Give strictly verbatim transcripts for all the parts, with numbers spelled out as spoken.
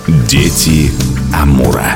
Дети Амура.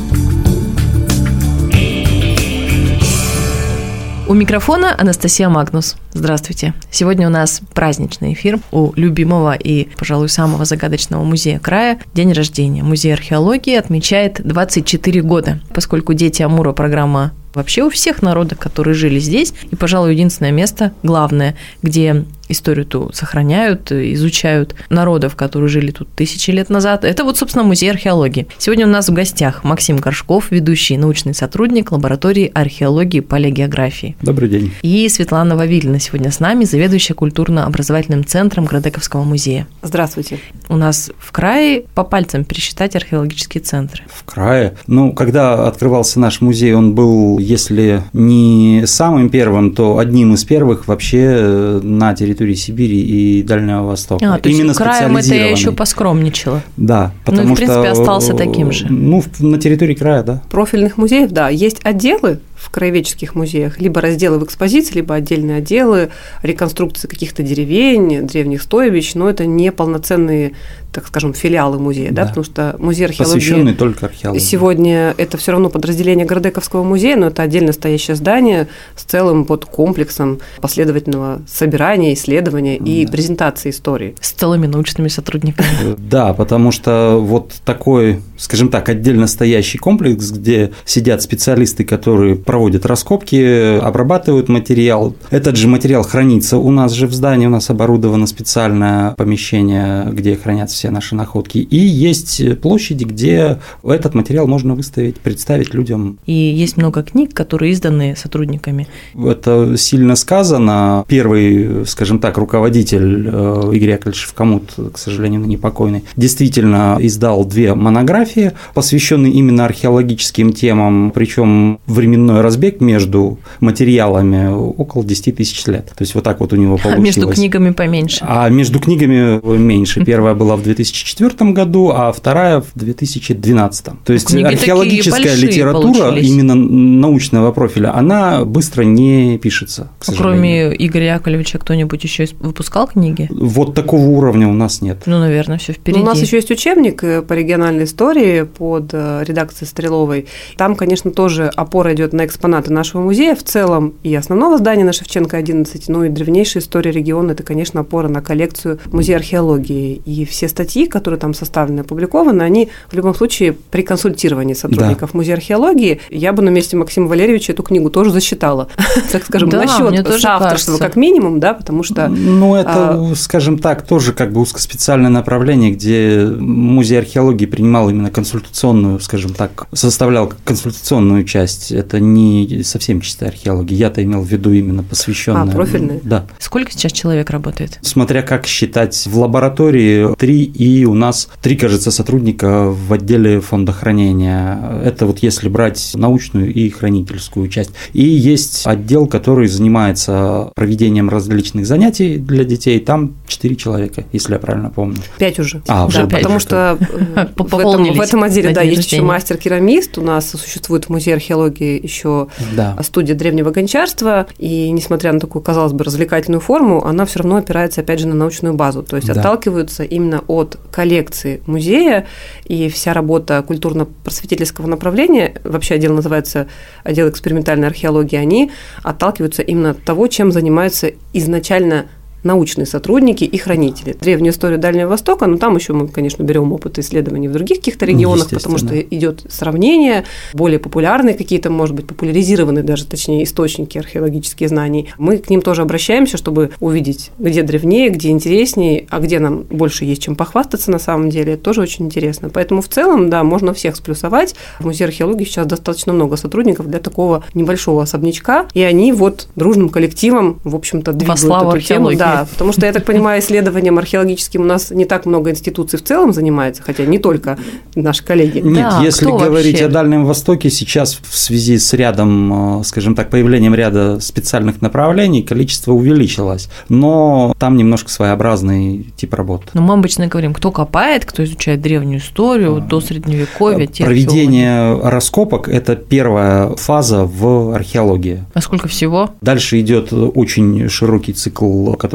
У микрофона Анастасия Магнус. Здравствуйте. Сегодня у нас праздничный эфир у любимого и, пожалуй, самого загадочного музея края. День рождения. Музей археологии отмечает двадцать четыре года. Поскольку «Дети Амура» программа вообще у всех народов, которые жили здесь, и, пожалуй, единственное место, главное, где историю ту сохраняют, изучают народов, которые жили тут тысячи лет назад. Это вот, собственно, музей археологии. Сегодня у нас в гостях Максим Горшков, ведущий научный сотрудник лаборатории археологии и палеогеографии. Добрый день. И Светлана Вавилина сегодня с нами, заведующая культурно-образовательным центром Градековского музея. Здравствуйте. У нас в крае по пальцам пересчитать археологические центры. В крае? Ну, когда открывался наш музей, он был, если не самым первым, то одним из первых вообще на территории Сибири и Дальнего Востока. А, то Именно есть краем это я еще поскромничала. Да, потому ну, и, в принципе, что, остался таким же. Ну, на территории края, да. Профильных музеев, да, есть отделы в краеведческих музеях, либо разделы в экспозиции, либо отдельные отделы реконструкции каких-то деревень, древних стойбищ, но это не полноценные, так скажем, филиалы музея, да, да, потому что музей археологии… Посвященный только археологии. Сегодня это все равно подразделение Градековского музея, но это отдельно стоящее здание с целым вот комплексом последовательного собирания, исследования и да. презентации истории. С целыми научными сотрудниками. Да, потому что вот такой, скажем так, отдельно стоящий комплекс, где сидят специалисты, которые проводят раскопки, обрабатывают материал. Этот же материал хранится у нас же в здании, у нас оборудовано специальное помещение, где хранятся все наши находки. И есть площади, где этот материал можно выставить, представить людям. И есть много книг, которые изданы сотрудниками. Это сильно сказано. Первый, скажем так, руководитель Игорь Яковлевич Шевкамут, к сожалению, ныне покойный, действительно издал две монографии, посвященные именно археологическим темам, причем временной разбег между материалами около десять тысяч лет. То есть вот так вот у него получилось. А между книгами поменьше? А между книгами меньше. Первая была в две тысячи четвёртом году, а вторая в две тысячи двенадцатом. То есть книги археологическая литература получились. Именно научного профиля, она быстро не пишется, к сожалению. Кроме Игоря Яковлевича кто-нибудь еще выпускал книги? Вот такого уровня у нас нет. Ну, наверное, все впереди. У нас еще есть учебник по региональной истории под редакцией Стреловой. Там, конечно, тоже опора идет на экспонаты нашего музея в целом и основного здания на Шевченко одиннадцать, ну и древнейшая история региона – это, конечно, опора на коллекцию музея археологии. И все статьи, которые там составлены, опубликованы, они в любом случае при консультировании сотрудников да. музея археологии. Я бы на месте Максима Валерьевича эту книгу тоже засчитала, так скажем, да, насчет соавторства как минимум, да, потому что… Ну, это, скажем так, тоже как бы узкоспециальное направление, где музей археологии принимал именно консультационную, скажем так, составлял консультационную часть. Это не совсем чистая археология. Я-то имел в виду именно посвященную. А, профильная? Да. Сколько сейчас человек работает? Смотря как считать. В лаборатории три, и у нас три, кажется, сотрудника в отделе фондохранения. Это вот если брать научную и хранительскую часть. И есть отдел, который занимается проведением различных занятий для детей. Там четыре человека, если я правильно помню. Пять уже. А, уже да, пять потому уже. что в этом, в этом отделе да, есть еще мастер-керамист. У нас существует в музее археологии еще да. студия древнего гончарства. И несмотря на такую, казалось бы, развлекательную форму, она все равно опирается, опять же, на научную базу. То есть да. отталкиваются именно от коллекции музея, и вся работа культурно-просветительского направления, вообще отдел называется отдел экспериментальной археологии, они отталкиваются именно от того, чем занимаются изначально научные сотрудники и хранители. Древнюю историю Дальнего Востока, но там еще мы, конечно, берем опыт исследований в других каких-то регионах, потому что идет сравнение, более популярные какие-то, может быть, популяризированные даже, точнее, источники археологических знаний. Мы к ним тоже обращаемся, чтобы увидеть, где древнее, где интереснее, а где нам больше есть чем похвастаться на самом деле. Это тоже очень интересно. Поэтому в целом, да, можно всех сплюсовать. В музее археологии сейчас достаточно много сотрудников для такого небольшого особнячка, и они вот дружным коллективом, в общем-то, двигают эту тему. Да, Да, потому что, я так понимаю, исследованием археологическим у нас не так много институций в целом занимается, хотя не только наши коллеги. Нет, да, если говорить вообще? О Дальнем Востоке, сейчас в связи с рядом, скажем так, появлением ряда специальных направлений, количество увеличилось, но там немножко своеобразный тип работы. Но мы обычно говорим, кто копает, кто изучает древнюю историю, а, до Средневековья. Проведение раскопок – это первая фаза в археологии. А сколько всего? Дальше идет очень широкий цикл, который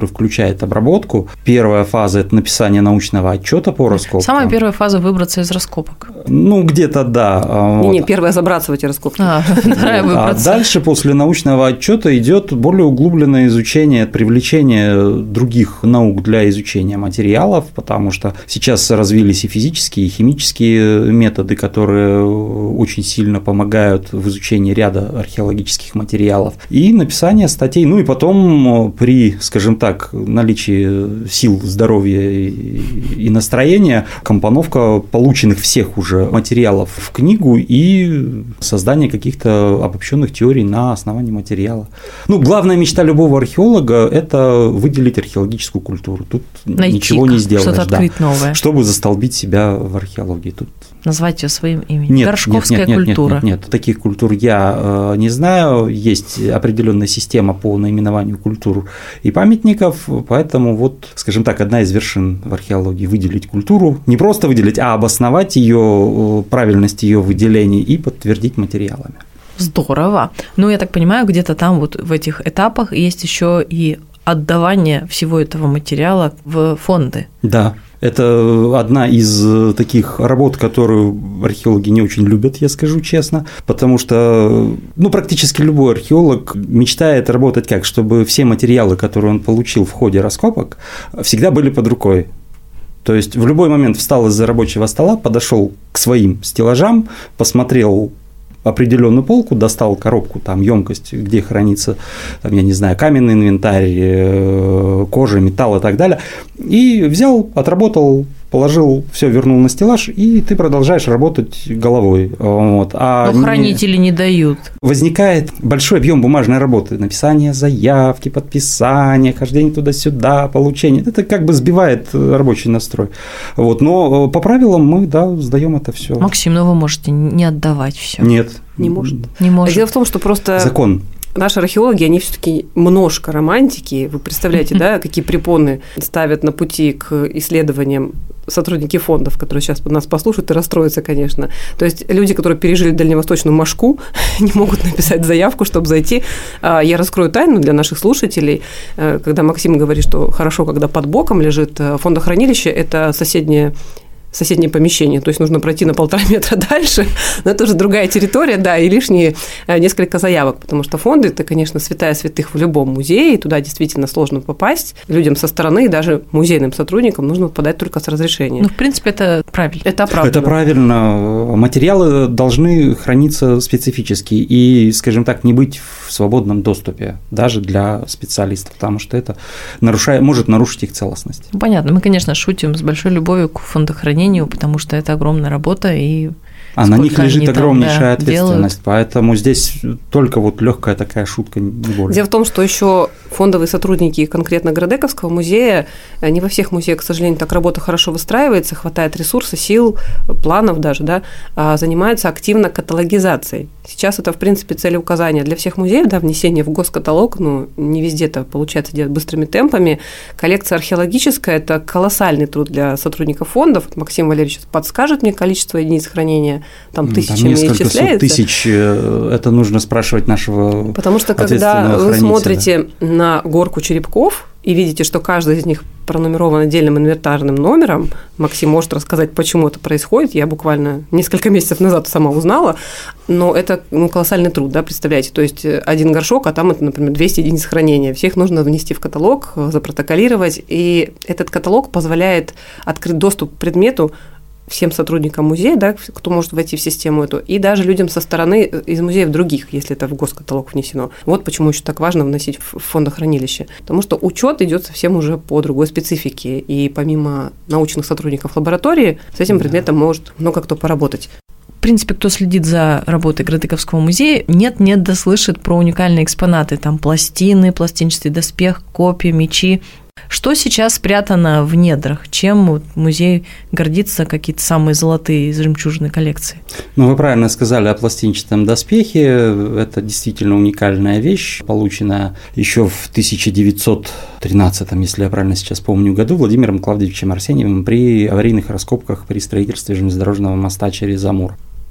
который включает обработку. Первая фаза – это написание научного отчета по раскопкам. Самая первая фаза – выбраться из раскопок. Ну, где-то да. Не, вот. не первая – забраться в эти раскопки. А, вторая – выбраться. А дальше, после научного отчета, идет более углубленное изучение, привлечение других наук для изучения материалов, потому что сейчас развились и физические, и химические методы, которые очень сильно помогают в изучении ряда археологических материалов, и написание статей. Ну и потом при, скажем так, наличии сил, здоровья и настроения, компоновка полученных всех уже материалов в книгу и создание каких-то обобщенных теорий на основании материала. Ну, главная мечта любого археолога – это выделить археологическую культуру. Тут найти, ничего не сделаешь. Что-то открыть да, новое. Чтобы застолбить себя в археологии. Тут... Назвать ее своим именем. Нет, Горшковская нет, нет, культура. Нет, нет, нет, таких культур я э, не знаю. Есть определенная система по наименованию культур и памятников, поэтому вот, скажем так, одна из вершин в археологии – выделить культуру. Не просто выделить, а обосновать ее, правильность ее выделений и подтвердить материалами. Здорово. Ну, я так понимаю, где-то там вот в этих этапах есть еще и отдавание всего этого материала в фонды. Да. Это одна из таких работ, которую археологи не очень любят, я скажу честно, потому что ну, практически любой археолог мечтает работать как, чтобы все материалы, которые он получил в ходе раскопок, всегда были под рукой. То есть в любой момент встал из-за рабочего стола, подошел к своим стеллажам, посмотрел определенную полку, достал коробку, там емкость, где хранится, там, я не знаю, каменный инвентарь, кожа, металл и так далее, и взял, отработал, положил, все вернул на стеллаж, и ты продолжаешь работать головой. Вот. А но хранители не... не дают. Возникает большой объем бумажной работы, написание заявки, подписание, хождение туда-сюда, получение. Это как бы сбивает рабочий настрой. Вот. Но по правилам мы, да, сдаем это все. Максим, но вы можете не отдавать все. Нет. Не может. Не может. Дело в том, что просто… Закон. Наши археологи, они все-таки множко романтики. Вы представляете, да, какие препоны ставят на пути к исследованиям сотрудники фондов, которые сейчас нас послушают и расстроятся, конечно. То есть люди, которые пережили дальневосточную Машку, не могут написать заявку, чтобы зайти. Я раскрою тайну для наших слушателей. Когда Максим говорит, что хорошо, когда под боком лежит фондохранилище, это соседнее соседнее помещение, то есть нужно пройти на полтора метра дальше, но это уже другая территория, да, и лишние несколько заявок, потому что фонды – это, конечно, святая святых в любом музее, и туда действительно сложно попасть. Людям со стороны, даже музейным сотрудникам нужно подать только с разрешения. Ну, в принципе, это правильно. Это оправданно. Это правильно. Материалы должны храниться специфически и, скажем так, не быть в свободном доступе, даже для специалистов, потому что это нарушает, может нарушить их целостность. Понятно. Мы, конечно, шутим с большой любовью к фондохранению, потому что это огромная работа, и а на них лежит огромнейшая там, да, ответственность, делают. Поэтому здесь только вот легкая такая шутка, не более. Дело в том, что еще фондовые сотрудники конкретно Градековского музея, не во всех музеях, к сожалению, так работа хорошо выстраивается, хватает ресурсов, сил, планов даже, да, занимаются активно каталогизацией. Сейчас это, в принципе, целеуказание для всех музеев, да, внесение в госкаталог, ну, не везде это получается делать быстрыми темпами. Коллекция археологическая – это колоссальный труд для сотрудников фондов. Максим Валерьевич подскажет мне количество единиц хранения, там тысячами там исчисляется. Несколько тысяч, это нужно спрашивать нашего Потому что, когда вы смотрите на горку черепков и видите, что каждый из них пронумерован отдельным инвентарным номером, Максим может рассказать, почему это происходит. Я буквально несколько месяцев назад сама узнала, но это ну, колоссальный труд, да, представляете. То есть один горшок, а там это, например, двести единиц хранения. Всех нужно внести в каталог, запротоколировать, и этот каталог позволяет открыть доступ к предмету всем сотрудникам музея, да, кто может войти в систему эту, и даже людям со стороны из музеев других, если это в госкаталог внесено. Вот почему еще так важно вносить в фондохранилище. Потому что учет идет совсем уже по другой специфике, и помимо научных сотрудников лаборатории с этим предметом может много кто поработать. В принципе, кто следит за работой Градековского музея, нет-нет, да слышит про уникальные экспонаты, там пластины, пластинчатый доспех, копья, мечи. Что сейчас спрятано в недрах? Чем музей гордится, какие-то самые золотые из жемчужной коллекции? Ну, вы правильно сказали о пластинчатом доспехе. Это действительно уникальная вещь, полученная еще в тысяча девятьсот тринадцатом, если я правильно сейчас помню, году Владимиром Клавдевичем Арсеньевым при аварийных раскопках при строительстве железнодорожного моста через Амур.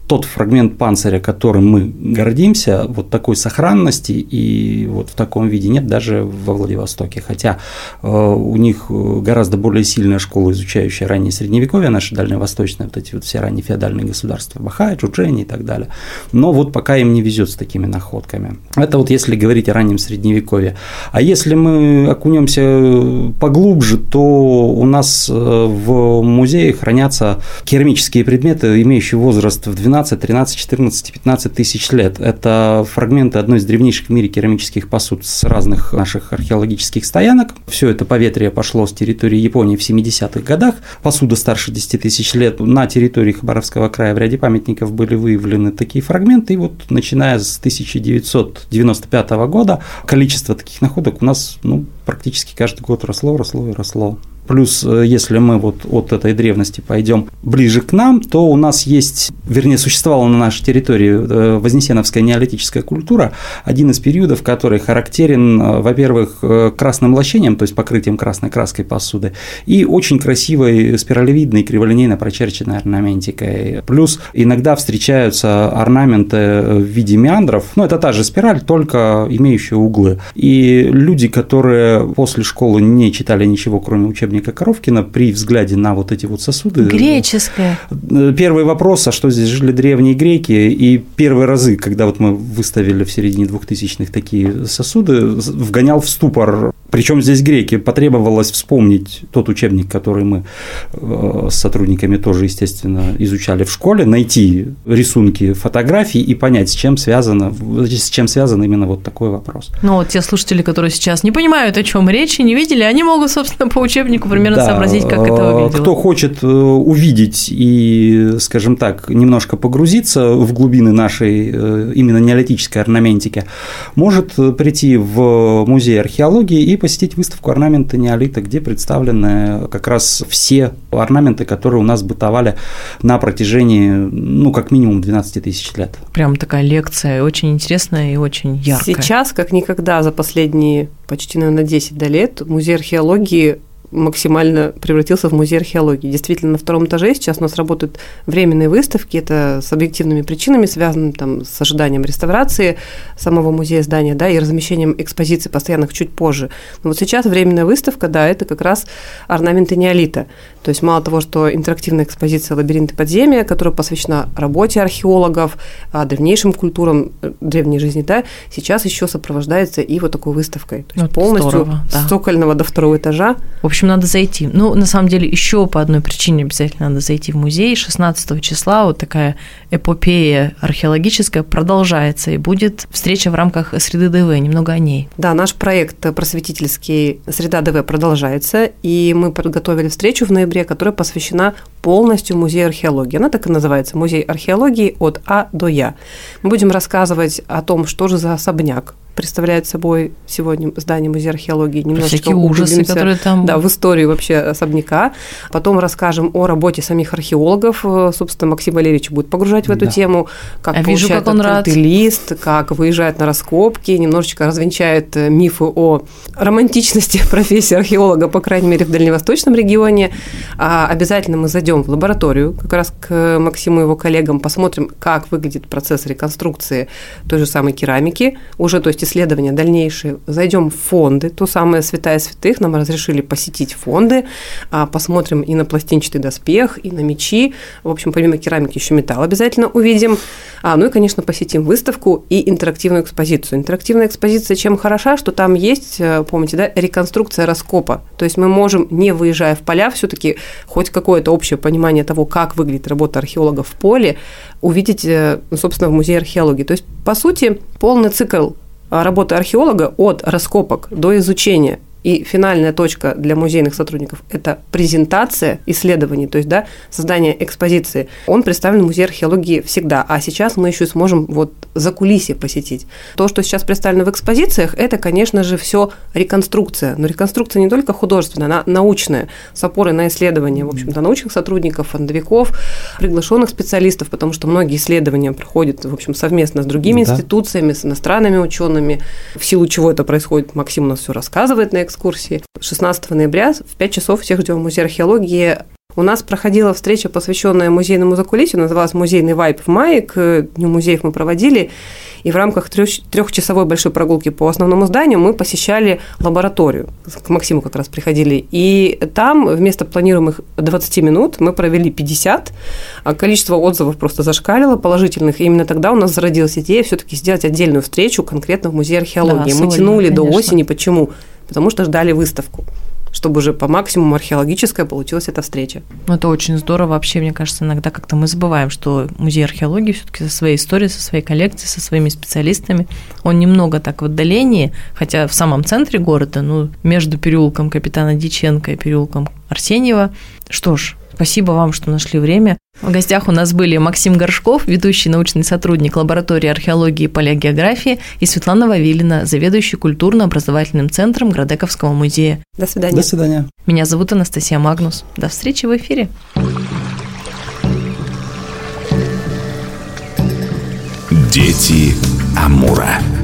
тот фрагмент панциря, которым мы гордимся, вот такой сохранности и вот в таком виде нет даже во Владивостоке. Хотя у них гораздо более сильная школа, изучающая раннее Средневековье, наши дальневосточные, вот эти вот все ранние феодальные государства, Бахай, Джурджени и так далее. Но вот пока им не везет с такими находками. Это вот если говорить о раннем Средневековье. А если мы окунемся поглубже, то у нас в музее хранятся керамические предметы, имеющие возраст в двенадцать, тринадцать, четырнадцать, пятнадцать тысяч лет. Это фрагменты одной из древнейших в мире керамических посуд с разных наших археологических стоянок. Все это поветрие пошло с территории Японии в семидесятых годах. Посуда старше десяти тысяч лет. На территории Хабаровского края в ряде памятников были выявлены такие фрагменты. И вот начиная с тысяча девятьсот девяносто пятого года количество таких находок у нас ну, практически каждый год росло, росло и росло. Плюс, если мы вот от этой древности пойдем ближе к нам, то у нас есть, вернее, существовала на нашей территории вознесеновская неолитическая культура, один из периодов, который характерен, во-первых, красным лощением, то есть покрытием красной краской посуды, и очень красивой спиралевидной криволинейно прочерченной орнаментикой. Плюс иногда встречаются орнаменты в виде меандров, ну, это та же спираль, только имеющие углы. И люди, которые после школы не читали ничего, кроме учебника Коровкина, при взгляде на вот эти вот сосуды. Греческое. Первый вопрос, а что здесь жили древние греки? И первые разы, когда вот мы выставили в середине двухтысячных такие сосуды, вгонял в ступор. Причем здесь греки. Потребовалось вспомнить тот учебник, который мы с сотрудниками тоже, естественно, изучали в школе, найти рисунки, фотографии и понять, с чем связано, с чем связан именно вот такой вопрос. Ну, вот те слушатели, которые сейчас не понимают, о чем речь, и не видели, они могут, собственно, по учебнику примерно да, сообразить, как это выглядело. Кто хочет увидеть и, скажем так, немножко погрузиться в глубины нашей именно неолитической орнаментики, может прийти в музей археологии и посетить выставку орнаменты неолита, где представлены как раз все орнаменты, которые у нас бытовали на протяжении, ну, как минимум двенадцать тысяч лет. Прям такая лекция, очень интересная и очень яркая. Сейчас, как никогда, за последние почти, наверное, десять лет музей археологии максимально превратился в музей археологии. Действительно, на втором этаже сейчас у нас работают временные выставки, это с объективными причинами, связанными там, с ожиданием реставрации самого музея здания, да, и размещением экспозиций постоянных чуть позже. Но вот сейчас временная выставка, да, это как раз орнаменты неолита. То есть мало того, что интерактивная экспозиция «Лабиринты подземья», которая посвящена работе археологов, древнейшим культурам древней жизни, да, сейчас еще сопровождается и вот такой выставкой. То есть вот полностью здорово, да. С цокольного до второго этажа. В общем, надо зайти. Ну, на самом деле, еще по одной причине обязательно надо зайти в музей. шестнадцатого числа вот такая эпопея археологическая продолжается, и будет встреча в рамках «Среды ДВ». Немного о ней. Да, наш проект просветительский «Среда ДВ» продолжается, и мы подготовили встречу в ноябре, которая посвящена полностью музею археологии. Она так и называется «Музей археологии от А до Я». Мы будем рассказывать о том, что же за особняк представляет собой сегодня здание музея археологии. Немножечко ужасы, которые там... Да, в историю вообще особняка. Потом расскажем о работе самих археологов. Собственно, Максим Валерьевич будет погружать в эту да. тему, как Я получает вижу, как открытый лист, как выезжает на раскопки, немножечко развенчает мифы о романтичности профессии археолога, по крайней мере, в дальневосточном регионе. А обязательно мы зайдем в лабораторию, как раз к Максиму и его коллегам, посмотрим, как выглядит процесс реконструкции той же самой керамики, уже, то есть исследования дальнейшие, зайдем в фонды, то самое святая святых, нам разрешили посетить фонды, посмотрим и на пластинчатый доспех, и на мечи, в общем, помимо керамики еще металл обязательно увидим, ну и, конечно, посетим выставку и интерактивную экспозицию. Интерактивная экспозиция чем хороша, что там есть, помните, да, реконструкция раскопа, то есть мы можем, не выезжая в поля, все-таки хоть какое-то общее понимание того, как выглядит работа археолога в поле, увидеть, собственно, в музее археологии. То есть, по сути, полный цикл работы археолога от раскопок до изучения. И финальная точка для музейных сотрудников – это презентация исследований, то есть да, создание экспозиции. Он представлен в музее археологии всегда, а сейчас мы еще сможем вот закулисье посетить. То, что сейчас представлено в экспозициях, это, конечно же, все реконструкция. Но реконструкция не только художественная, она научная, с опорой на исследования, в общем-то, научных сотрудников, фондовиков, приглашенных специалистов, потому что многие исследования проходят, в общем, совместно с другими да. институциями, с иностранными учеными, в силу чего это происходит. Максим у нас все рассказывает на экскурсии. шестнадцатого ноября в пять часов всех ждем в музее археологии. У нас проходила встреча, посвященная музейному закулисью, называлась «Музейный вайб» в мае, к Дню музеев мы проводили, и в рамках трехчасовой большой прогулки по основному зданию мы посещали лабораторию. К Максиму как раз приходили. И там вместо планируемых двадцати минут мы провели пятьдесят, а количество отзывов просто зашкалило положительных. И именно тогда у нас зародилась идея все-таки сделать отдельную встречу конкретно в Музее археологии. Да, мы тянули конечно. До осени. Почему? Потому что ждали выставку, чтобы уже по максимуму археологическая получилась эта встреча. Ну, это очень здорово. Вообще, мне кажется, иногда как-то мы забываем, что музей археологии все-таки со своей историей, со своей коллекцией, со своими специалистами, он немного так в отдалении, хотя в самом центре города, ну, между переулком Капитана Дьяченко и переулком Арсеньева. Что ж, спасибо вам, что нашли время. В гостях у нас были Максим Горшков, ведущий научный сотрудник лаборатории археологии и палеогеографии, и Светлана Вавилина, заведующий культурно-образовательным центром Градековского музея. До свидания. До свидания. Меня зовут Анастасия Магнус. До встречи в эфире. Дети Амура.